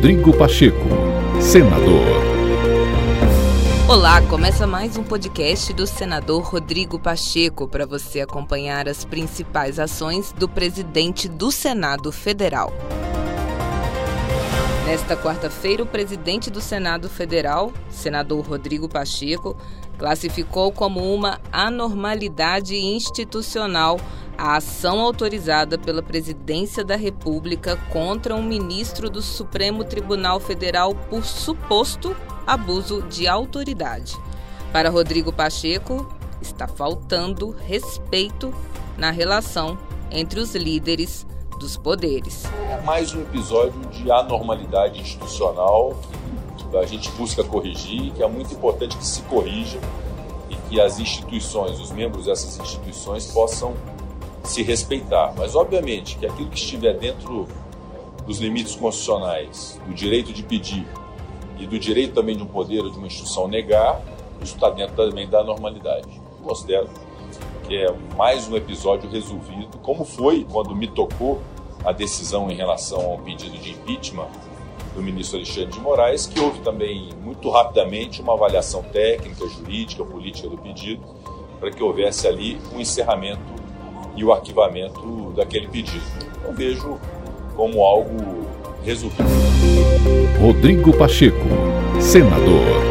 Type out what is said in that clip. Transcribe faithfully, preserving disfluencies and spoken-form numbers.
Rodrigo Pacheco, senador. Olá, começa mais um podcast do senador Rodrigo Pacheco para você acompanhar as principais ações do presidente do Senado Federal. Nesta quarta-feira, o presidente do Senado Federal, senador Rodrigo Pacheco, classificou como uma anormalidade institucional a ação autorizada pela Presidência da República contra um ministro do Supremo Tribunal Federal por suposto abuso de autoridade. Para Rodrigo Pacheco, está faltando respeito na relação entre os líderes dos poderes. É mais um episódio de anormalidade institucional que a gente busca corrigir, que é muito importante que se corrija e que as instituições, os membros dessas instituições possam se respeitar. Mas, obviamente, que aquilo que estiver dentro dos limites constitucionais, do direito de pedir e do direito também de um poder ou de uma instituição negar, isso está dentro também da normalidade. Considero que é mais um episódio resolvido, como foi quando me tocou a decisão em relação ao pedido de impeachment do ministro Alexandre de Moraes, que houve também, muito rapidamente, uma avaliação técnica, jurídica, política do pedido, para que houvesse ali um encerramento e o arquivamento daquele pedido. Eu vejo como algo resolvido. Rodrigo Pacheco, senador.